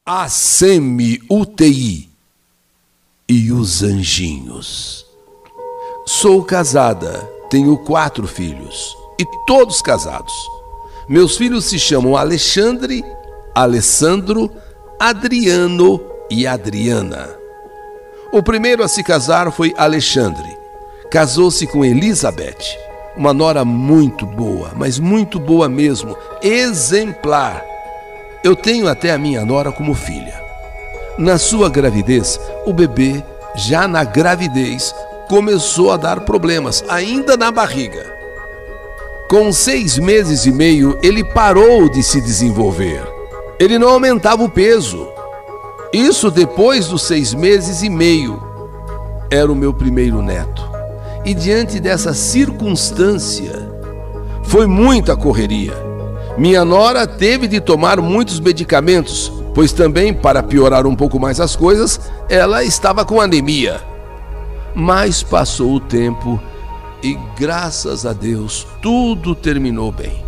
A semi-UTI e os anjinhos. Sou casada, tenho 4 filhos e todos casados. Meus filhos se chamam Alexandre, Alessandro, Adriano e Adriana. O primeiro a se casar foi Alexandre. Casou-se com Elizabeth, uma nora muito boa, mas muito boa mesmo, exemplar. Eu tenho até a minha nora como filha. Na sua gravidez, o bebê, já na gravidez, começou a dar problemas, ainda na barriga. Com 6 meses e meio, ele parou de se desenvolver. Ele não aumentava o peso. Isso depois dos 6 meses e meio. Era o meu primeiro neto. E diante dessa circunstância, foi muita correria. Minha nora teve de tomar muitos medicamentos, pois também, para piorar um pouco mais as coisas, ela estava com anemia. Mas passou o tempo e, graças a Deus, tudo terminou bem.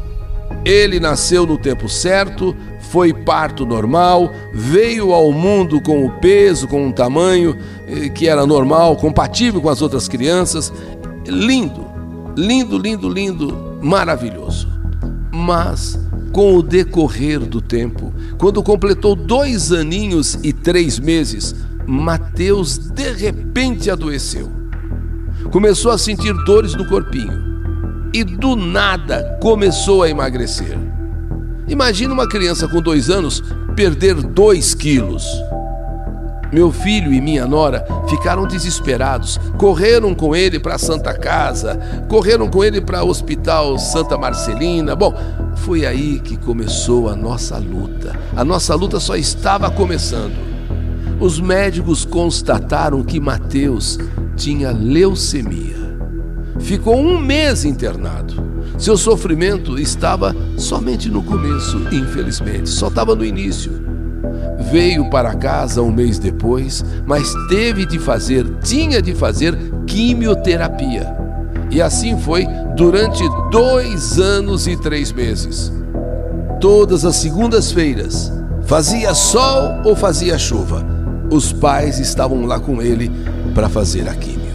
Ele nasceu no tempo certo, foi parto normal, veio ao mundo com o peso, com um tamanho que era normal, compatível com as outras crianças. Lindo, lindo, lindo, lindo, maravilhoso. Mas, com o decorrer do tempo, quando completou 2 aninhos e 3 meses, Mateus de repente adoeceu. Começou a sentir dores no corpinho e do nada começou a emagrecer. Imagina uma criança com 2 anos perder 2 quilos. Meu filho e minha nora ficaram desesperados, correram com ele para a Santa Casa, correram com ele para o Hospital Santa Marcelina. Bom, foi aí que começou a nossa luta. A nossa luta só estava começando. Os médicos constataram que Mateus tinha leucemia. Ficou 1 mês internado. Seu sofrimento estava somente no começo, infelizmente, só estava no início. Veio para casa 1 mês depois, mas tinha de fazer quimioterapia. E assim foi durante 2 anos e 3 meses. Todas as segundas-feiras, fazia sol ou fazia chuva, os pais estavam lá com ele para fazer a químio.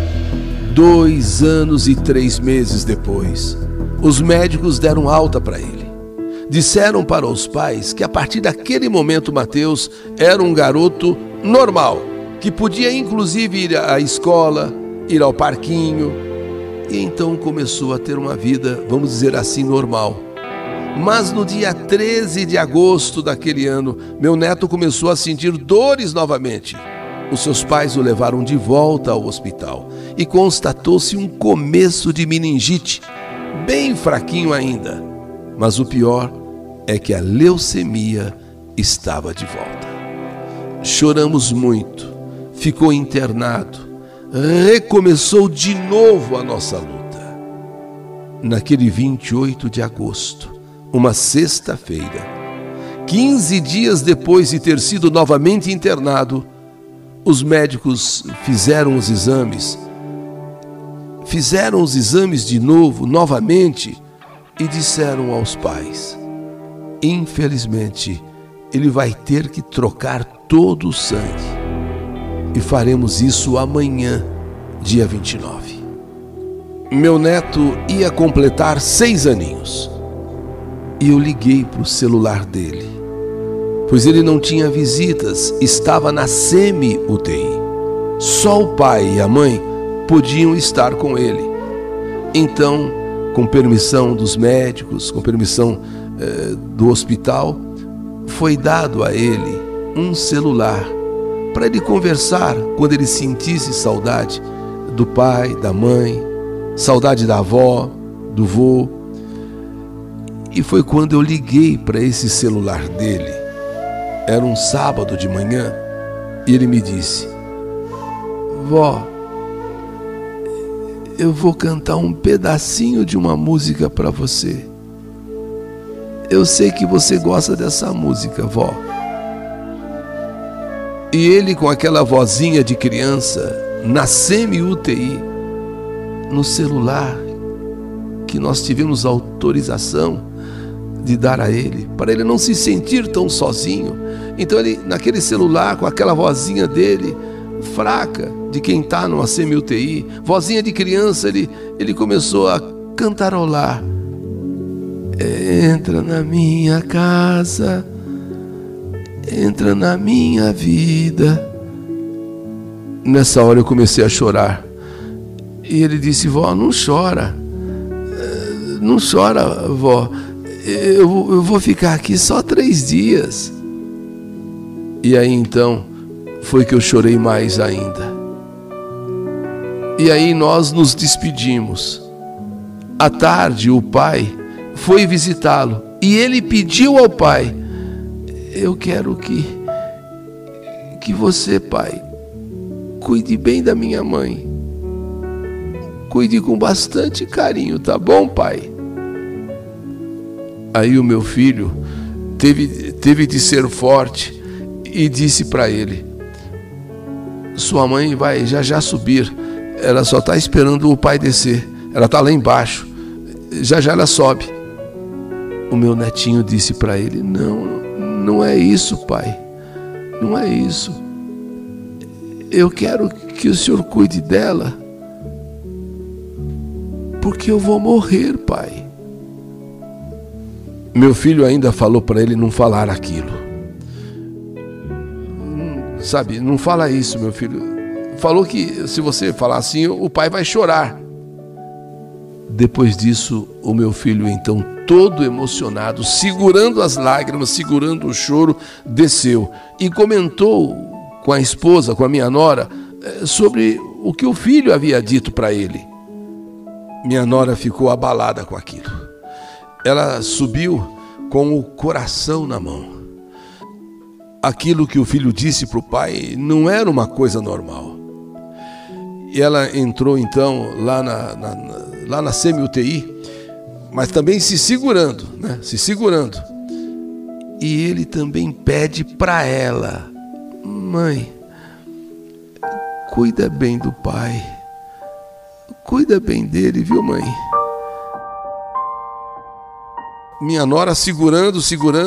2 anos e 3 meses depois, os médicos deram alta para ele. Disseram para os pais que a partir daquele momento Mateus era um garoto normal, que podia inclusive ir à escola, ir ao parquinho, e então começou a ter uma vida, vamos dizer assim, normal. Mas no dia 13 de agosto daquele ano, meu neto começou a sentir dores novamente. Os seus pais o levaram de volta ao hospital e constatou-se um começo de meningite, bem fraquinho ainda. Mas o pior é que a leucemia estava de volta. Choramos muito, ficou internado, recomeçou de novo a nossa luta. Naquele 28 de agosto, uma sexta-feira, 15 dias depois de ter sido novamente internado, os médicos fizeram os exames de novo, novamente, e disseram aos pais: infelizmente, ele vai ter que trocar todo o sangue. E faremos isso amanhã, dia 29. Meu neto ia completar 6 aninhos. E eu liguei para o celular dele, pois ele não tinha visitas, estava na semi-UTI. Só o pai e a mãe podiam estar com ele. Então, com permissão dos médicos, com permissão do hospital, foi dado a ele um celular para ele conversar quando ele sentisse saudade do pai, da mãe, saudade da avó, do vô. E foi quando eu liguei para esse celular dele. Era um sábado de manhã e ele me disse: vó, eu vou cantar um pedacinho de uma música para você. Eu sei que você gosta dessa música, vó. E ele, com aquela vozinha de criança, na semi-UTI, no celular, que nós tivemos autorização de dar a ele, para ele não se sentir tão sozinho, Então ele, naquele celular, com aquela vozinha dele, fraca, de quem está numa semi-UTI, vozinha de criança, ele começou a cantarolar. Entra na minha casa, entra na minha vida. Nessa hora eu comecei a chorar. E ele disse: vó, não chora. Não chora, vó. Eu vou ficar aqui só 3 dias. E aí então foi que eu chorei mais ainda. E aí nós nos despedimos. À tarde o pai foi visitá-lo e ele pediu ao pai: eu quero que você, pai, cuide bem da minha mãe. Cuide com bastante carinho, tá bom, pai? Aí o meu filho teve de ser forte e disse para ele: sua mãe vai já subir. Ela só está esperando o pai descer. Ela está lá embaixo. Já ela sobe. O meu netinho disse para ele: não é isso, pai. Não é isso. Eu quero que o senhor cuide dela, porque eu vou morrer, pai. Meu filho ainda falou para ele não falar aquilo. Sabe, não fala isso, meu filho. Falou que se você falar assim, o pai vai chorar. Depois disso, o meu filho, então, todo emocionado, segurando as lágrimas, segurando o choro, desceu e comentou com a esposa, com a minha nora, sobre o que o filho havia dito para ele. Minha nora ficou abalada com aquilo. Ela subiu com o coração na mão. Aquilo que o filho disse para o pai não era uma coisa normal. E ela entrou então lá na semi-UTI, mas também se segurando, né? Se segurando. E ele também pede para ela: mãe, cuida bem do pai. Cuida bem dele, viu, mãe? Minha nora segurando,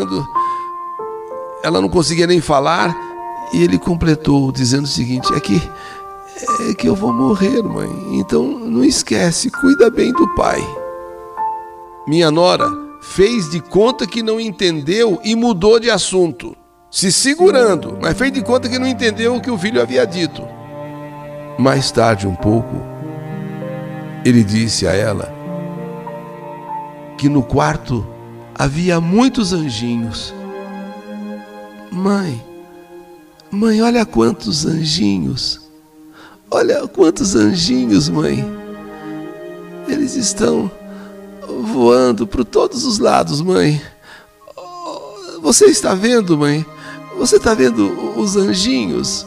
ela não conseguia nem falar, e ele completou dizendo o seguinte: é que eu vou morrer, mãe, então não esquece, cuida bem do pai. Minha nora fez de conta que não entendeu e mudou de assunto, se segurando, mas fez de conta que não entendeu o que o filho havia dito. Mais tarde um pouco, ele disse a ela que no quarto havia muitos anjinhos. Mãe, olha quantos anjinhos. Olha quantos anjinhos, mãe. Eles estão voando por todos os lados, mãe. Você está vendo, mãe? Você está vendo os anjinhos?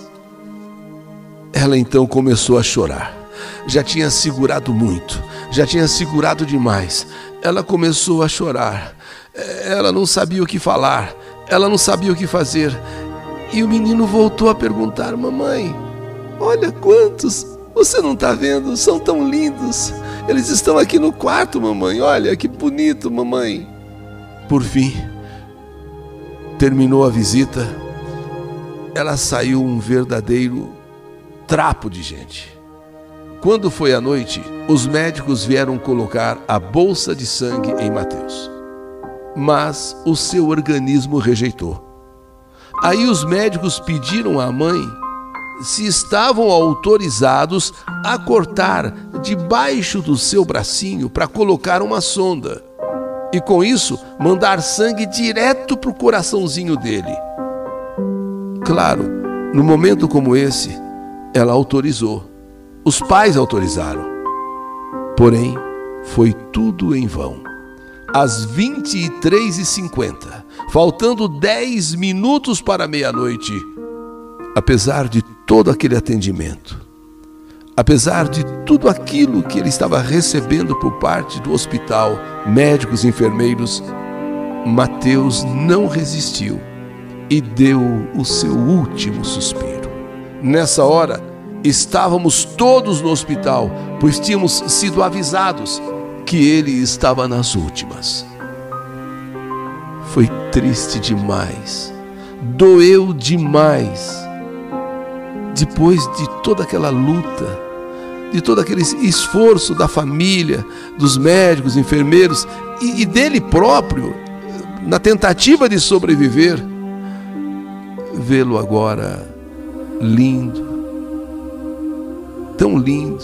Ela então começou a chorar. Já tinha segurado muito, já tinha segurado demais. Ela começou a chorar. Ela não sabia o que falar, ela não sabia o que fazer. E o menino voltou a perguntar: mamãe, olha quantos, você não está vendo? São tão lindos. Eles estão aqui no quarto, mamãe. Olha que bonito, mamãe. Por fim, terminou a visita. Ela saiu um verdadeiro trapo de gente. Quando foi à noite, os médicos vieram colocar a bolsa de sangue em Mateus. Mas o seu organismo rejeitou. Aí os médicos pediram à mãe se estavam autorizados a cortar debaixo do seu bracinho para colocar uma sonda e com isso mandar sangue direto para o coraçãozinho dele. Claro, num momento como esse, ela autorizou. Os pais autorizaram. Porém, foi tudo em vão. Às 23h50, faltando 10 minutos para meia-noite, apesar de todo aquele atendimento, apesar de tudo aquilo que ele estava recebendo por parte do hospital, médicos e enfermeiros, Mateus não resistiu e deu o seu último suspiro. Nessa hora, estávamos todos no hospital, pois tínhamos sido avisados que ele estava nas últimas. Foi triste demais. doeu demais. Depois de toda aquela luta, de todo aquele esforço da família, dos médicos, enfermeiros e dele próprio, na tentativa de sobreviver, vê-lo agora lindo, tão lindo,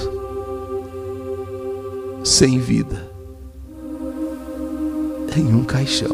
sem vida, em um caixão.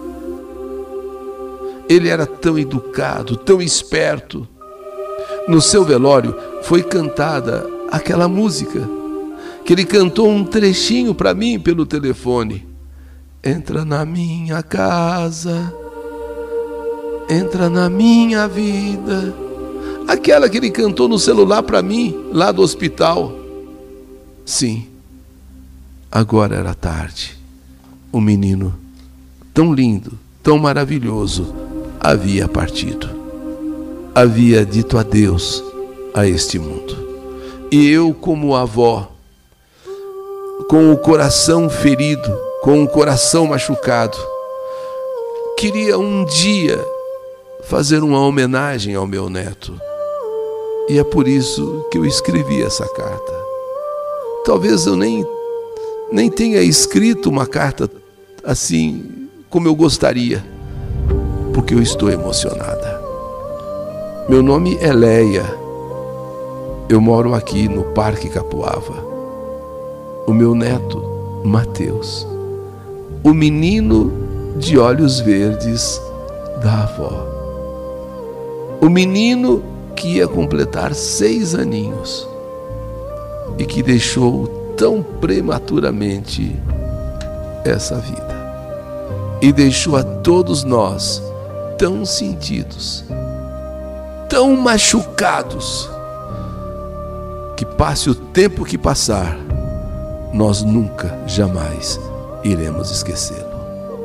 Ele era tão educado, tão esperto. No seu velório foi cantada aquela música que ele cantou um trechinho para mim pelo telefone. Entra na minha casa, entra na minha vida. Aquela que ele cantou no celular para mim, lá do hospital. Sim, agora era tarde. O menino, tão lindo, tão maravilhoso, havia partido. Havia dito adeus a este mundo. E eu, como avó, com o coração ferido, com o coração machucado, queria um dia fazer uma homenagem ao meu neto. E é por isso que eu escrevi essa carta. Talvez eu nem tenha escrito uma carta assim como eu gostaria, porque eu estou emocionada. Meu nome é Leia. Eu moro aqui no Parque Capuava. O meu neto, Mateus, o menino de olhos verdes da avó. O menino que ia completar 6 aninhos e que deixou tão prematuramente essa vida. E deixou a todos nós tão sentidos, tão machucados, que passe o tempo que passar, nós nunca, jamais iremos esquecê-lo.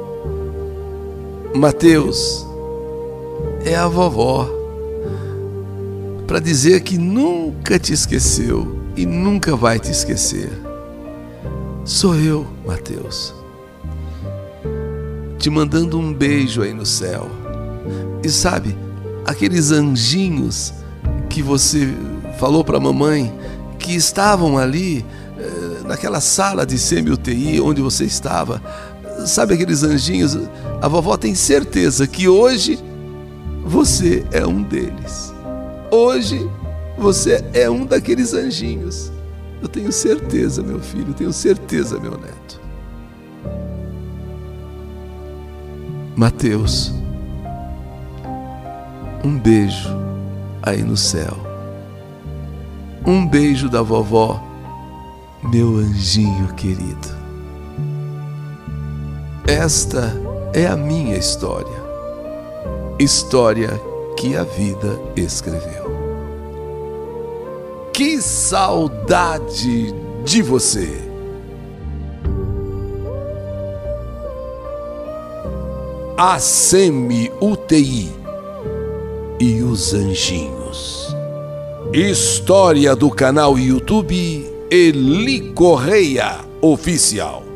Mateus é a vovó para dizer que nunca te esqueceu e nunca vai te esquecer. Sou eu, Mateus, te mandando um beijo aí no céu. E sabe, aqueles anjinhos que você falou para a mamãe que estavam ali naquela sala de semi-UTI onde você estava, sabe aqueles anjinhos? A vovó tem certeza que hoje você é um deles. Hoje você é um daqueles anjinhos. Eu tenho certeza, meu filho, tenho certeza, meu neto. Mateus, um beijo aí no céu. Um beijo da vovó, meu anjinho querido. Esta é a minha história. História que a vida escreveu. Que saudade de você! A semi-UTI e os anjinhos. História do canal YouTube Eli Correia Oficial.